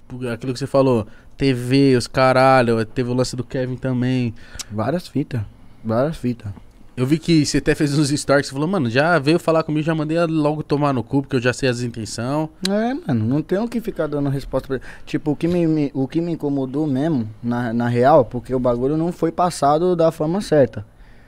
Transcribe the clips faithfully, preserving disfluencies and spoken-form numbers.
aquilo que você falou, T V, os caralho, teve o lance do Kevin também. Várias fitas, várias fitas. Eu vi que você até fez uns stories, você falou, mano, já veio falar comigo, já mandei logo tomar no cu, porque eu já sei as intenções. É, mano, não tenho que ficar dando resposta pra ele. Tipo, o que me, me- o que me incomodou mesmo, na, na real, porque o bagulho não foi passado da forma certa.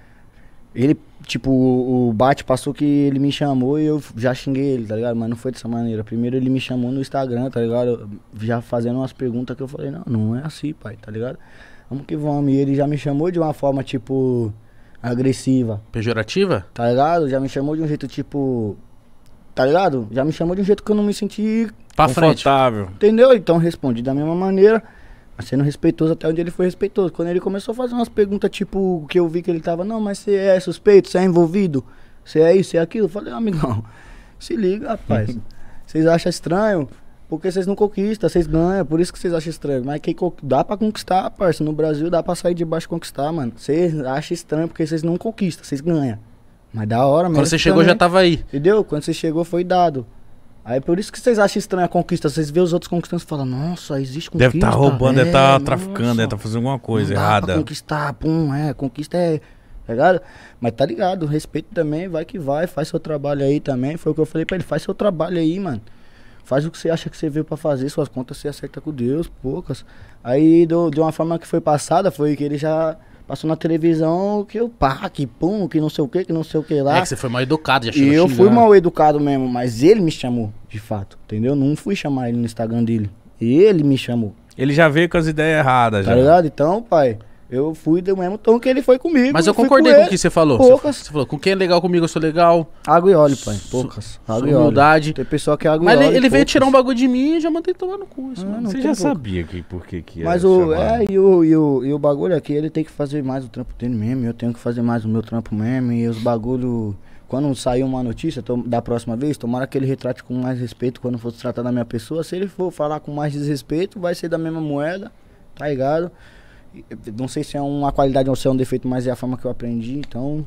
Ele, tipo, o, o Bate passou que ele me chamou e eu já xinguei ele, tá ligado? Mas não foi dessa maneira. Primeiro ele me chamou no Instagram, tá ligado? Já fazendo umas perguntas que eu falei, não, não é assim, pai, tá ligado? Vamos que vamos. E ele já me chamou de uma forma, tipo, agressiva. Pejorativa? Tá ligado? Já me chamou de um jeito tipo. Tá ligado? Já me chamou de um jeito que eu não me senti. Pra frente. Confortável. Entendeu? Então eu respondi da mesma maneira, mas sendo respeitoso até onde ele foi respeitoso. Quando ele começou a fazer umas perguntas, tipo, que eu vi que ele tava, não, mas você é suspeito, você é envolvido, você é isso, você é aquilo. Eu falei, amigão, se liga, rapaz. Vocês acham estranho? Porque vocês não conquistam, vocês ganham, por isso que vocês acham estranho. Mas quem con- dá pra conquistar, parça. No Brasil dá pra sair de baixo e conquistar, mano. Vocês acham estranho porque vocês não conquistam, vocês ganham. Mas da hora, mesmo. Quando você chegou, já tava aí. Entendeu? Quando você chegou, foi dado. Aí por isso que vocês acham estranho a conquista. Vocês vê os outros conquistando e falam, nossa, existe conquista. Deve estar roubando, deve estar nossa, traficando, deve estar fazendo alguma coisa não dá errada. pra conquistar, pum, é, conquista é, tá ligado? Mas tá ligado, respeito também, vai que vai, faz seu trabalho aí também. Foi o que eu falei pra ele, faz seu trabalho aí, mano. Faz o que você acha que você veio pra fazer, suas contas você acerta com Deus, poucas. Aí, do, de uma forma que foi passada, foi que ele já passou na televisão, que eu, pá, que pum, que não sei o que, que não sei o que lá. É que você foi mal educado, já E chegou eu fui xingando. mal educado mesmo, mas ele me chamou, de fato, entendeu? Não fui chamar ele no Instagram dele. Ele me chamou, Ele já veio com as ideias erradas, tá já. ligado? Então, pai, eu fui do mesmo tom que ele foi comigo. Mas eu fui concordei com o ele. que você falou. Poucas. Você, você falou, com quem é legal comigo, eu sou legal. Água e óleo, pai, Su- poucas. sua Água e óleo. humildade. Tem pessoal que é água Mas e óleo. ele, ele veio poucas. tirar um bagulho de mim e já mandei tomar no cu. Isso, Ah, mano. não Você tem já pouco. sabia que, por que que Mas era o, chamado. é, e, o, e, o, e o bagulho aqui, ele tem que fazer mais o trampo dele mesmo. Eu tenho que fazer mais o meu trampo mesmo. E os bagulho. Quando sair uma notícia to- da próxima vez, tomara que ele retrate com mais respeito quando for se tratar da minha pessoa. Se ele for falar com mais desrespeito, vai ser da mesma moeda, tá ligado? E, não sei se é uma qualidade ou se é um defeito, mas é a forma que eu aprendi, então.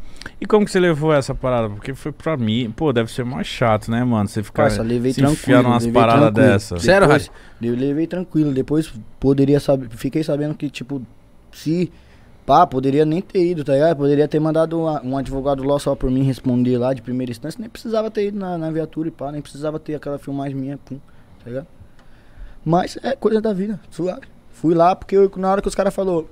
E como que você levou essa parada? Porque foi pra mim, pô, deve ser mais chato, né, mano? Você ficar Parça, levei se enfiar tranquilo. numas levei paradas tranquilo. dessa. Sério, Depois, eu levei tranquilo. Depois poderia saber. Fiquei sabendo que, tipo, se. Pá, poderia nem ter ido, tá ligado? Poderia ter mandado uma- um advogado lá só por mim responder lá de primeira instância. Nem precisava ter ido na, na viatura e pá, nem precisava ter aquela filmagem minha, pum, tá ligado? Mas é coisa da vida, suave. Fui lá porque eu, na hora que os caras falaram,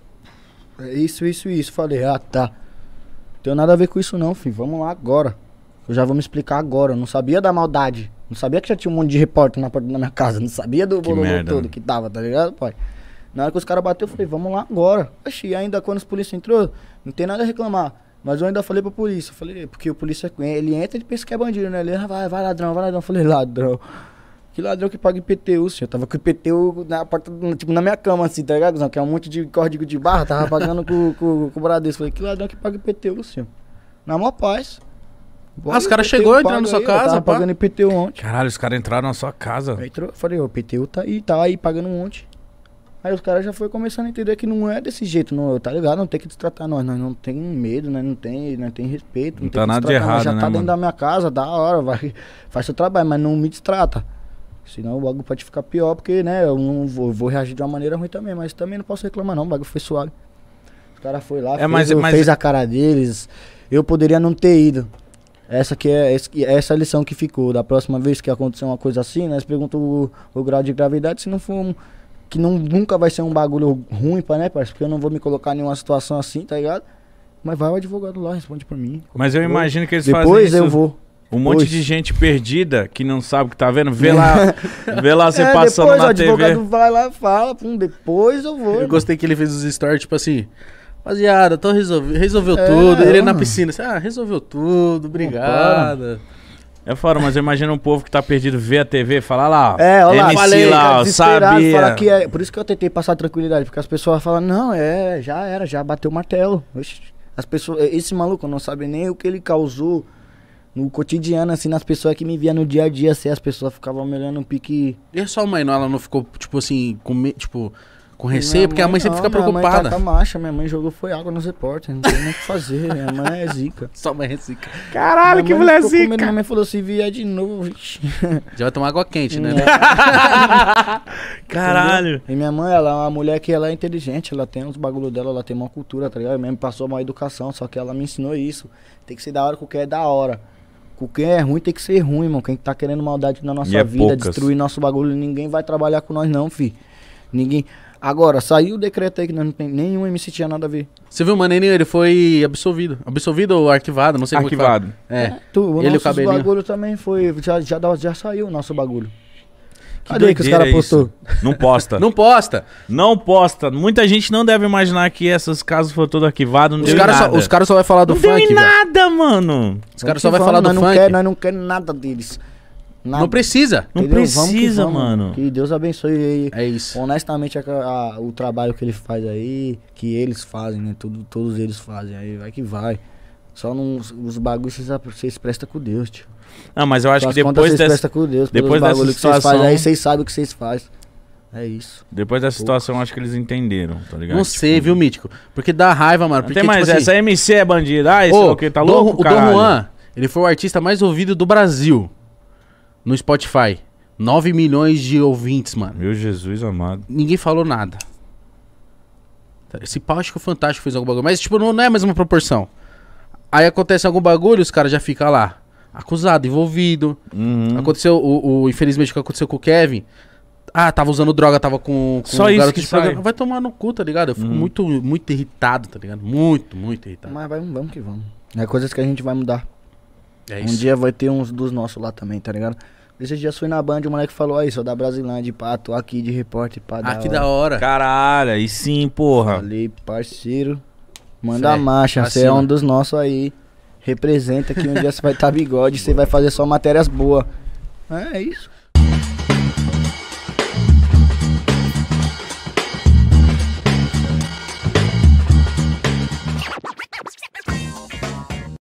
é isso, isso e isso, falei, ah, tá. Não tenho nada a ver com isso não, filho. Vamos lá agora. Eu já vou me explicar agora. Eu não sabia da maldade. Não sabia que já tinha um monte de repórter na porta da minha casa. Não sabia do Que bololô merda, todo né? que tava, tá ligado, pai? Na hora que os caras bateram, eu falei, vamos lá agora. Oxi, e ainda quando os polícia entrou, não tem nada a reclamar. Mas eu ainda falei pra polícia. Eu falei, porque o polícia, ele entra e ele pensa que é bandido, né? Ele, ah, vai, vai ladrão, vai ladrão. Eu falei, ladrão. Que ladrão que paga I P T U, senhor? Eu tava com o I P T U na porta, tipo, na minha cama, assim, tá ligado? Que é um monte de código de barra, tava pagando com, com, com o Bradesco. Falei, que ladrão que paga I P T U, senhor? Na maior paz. Ah, os caras chegou entrando na sua aí, casa, eu tava pá. pagando I P T U ontem. Caralho, os caras entraram na sua casa. Aí entrou, eu falei, o I P T U tá aí, tá aí pagando um monte. Aí os caras já foram começando a entender que não é desse jeito, não, tá ligado? Não tem que destratar nós, nós não tem medo, nós não tem, nós tem respeito. Não tem tá que nada de destratar, nós errado, já né, tá mano? dentro da minha casa, da hora, vai, faz seu trabalho, mas não me destrata. Senão o bagulho pode ficar pior, porque, né, eu não vou, vou reagir de uma maneira ruim também, mas também não posso reclamar não, o bagulho foi suave. Os caras foram lá, É, fez, mas- o- mas- fez a cara deles, eu poderia não ter ido. Essa que é essa, essa lição que ficou. Da próxima vez que acontecer uma coisa assim, nós perguntamos o, o grau de gravidade, se não for um, que não, nunca vai ser um bagulho ruim, pra, né, parceiro? Porque eu não vou me colocar em uma situação assim, tá ligado? Mas vai o advogado lá, responde pra mim. Mas eu imagino que eles fazem Depois isso. eu vou. Um monte Depois. de gente perdida que não sabe o que tá vendo. Vê lá, vê lá você É, passando depois o na advogado T V. vai lá e fala, pum, depois eu vou. Eu gostei que ele fez os stories, tipo assim, rapaziada, tô resolve, resolveu É, tudo. Ele na mano. piscina, assim, ah, resolveu tudo, obrigado. É fora, mas eu imagino um povo que tá perdido ver a T V e falar lá, ó. É, olha lá, M C falei, lá, cara, ó, desesperado, sabia. fala que é, por isso que eu tentei passar tranquilidade, porque as pessoas falam, não, é, já era, já bateu o martelo. Oxi, as pessoas, esse maluco não sabe nem o que ele causou no cotidiano, assim, nas pessoas que me via no dia a dia, assim, as pessoas ficavam me olhando um pique. E a sua mãe, não, ela não ficou, tipo assim, com, me- tipo, com receio, porque a mãe sempre não, fica minha preocupada. Mãe tá, tá macha, minha mãe jogou foi água nos repórteres, não tem nem o que fazer, minha mãe é zica. Sua mãe é zica. Caralho, que mulher zica. Minha mãe falou, se vier de novo, vixi. Já vai tomar água quente, né? Caralho. E minha mãe, ela é uma mulher que ela é inteligente, ela tem uns bagulho dela, ela tem uma cultura, tá ligado? Ela mesmo passou uma educação, só que ela me ensinou isso. Tem que ser da hora com o que é da hora. Com o que é ruim tem que ser ruim, mano. Quem tá querendo maldade na nossa é vida, poucas. destruir nosso bagulho, ninguém vai trabalhar com nós não, fi. Ninguém... Agora, saiu o decreto aí que nós não tem nenhum M C tinha nada a ver. Você viu o Manelinho, ele foi absolvido. Absolvido ou arquivado, não sei Arquivado. como é que fala. É. Tu, o Ele e o nosso cabelinho. bagulho também foi, já, já, dá- já saiu o nosso bagulho. Que Cadê que os doideira caras postou? isso. Não posta. Não posta. Não posta. Muita gente não deve imaginar que esses casos foram todos arquivados. Não Os deu em caras só, nada. os cara só vai falar do não deu funk, em velho. nada, mano. Os caras Vamos só que vai vamos, falar do nós não funk. Quer, nós não queremos nada deles. Nada. Não precisa. Não Entendeu? Vamos que precisa, vamos. mano. Que Deus abençoe aí. É isso. Honestamente, a- a- o trabalho que ele faz aí, que eles fazem, né? Tudo, todos eles fazem. Aí vai que vai. Só não, os bagulhos vocês, vocês prestam com Deus, tio. Não, mas eu acho Suas que contas depois vocês dessa, prestam com Deus. depois Depois dessa bagulho que vocês situação- fazem aí, vocês sabem o que vocês fazem. É isso. depois dessa situação, eu acho que eles entenderam, tá ligado? Não sei, viu, Mítico? Porque dá raiva, mano. Porque, Tem mais tipo assim, essa, M C é bandido. Ah, esse ô, é o que? Tá Dom- louco, o Dom caralho? Juan, ele foi o artista mais ouvido do Brasil no Spotify. nove milhões de ouvintes, mano. Meu Jesus amado. Ninguém falou nada. Esse pau acho que o Fantástico fez algum bagulho. Mas, tipo, não, não é a mesma proporção. Aí acontece algum bagulho, os caras já ficam lá. Acusado, envolvido. Uhum. Aconteceu, o, o- infelizmente, o que aconteceu com o Kevin. Ah, tava usando droga, tava com, com Só um isso garoto que de sai. programa. Vai tomar no cu, tá ligado? Eu fico Uhum. muito, muito irritado, tá ligado? Muito, muito irritado. Mas vai, vamos que vamos. É coisas que a gente vai mudar. É Um isso. dia vai ter uns dos nossos lá também, tá ligado? Esses dias fui na Band e o moleque falou, aí, sou da Brasilândia, pá, tô aqui de repórter, pá, Ah, que da hora. Caralho, aí sim, porra. Falei, parceiro, manda Fé, a marcha, você é acima. um dos nossos aí. Representa que um dia você vai estar bigode, você vai fazer só matérias boas. É, é isso.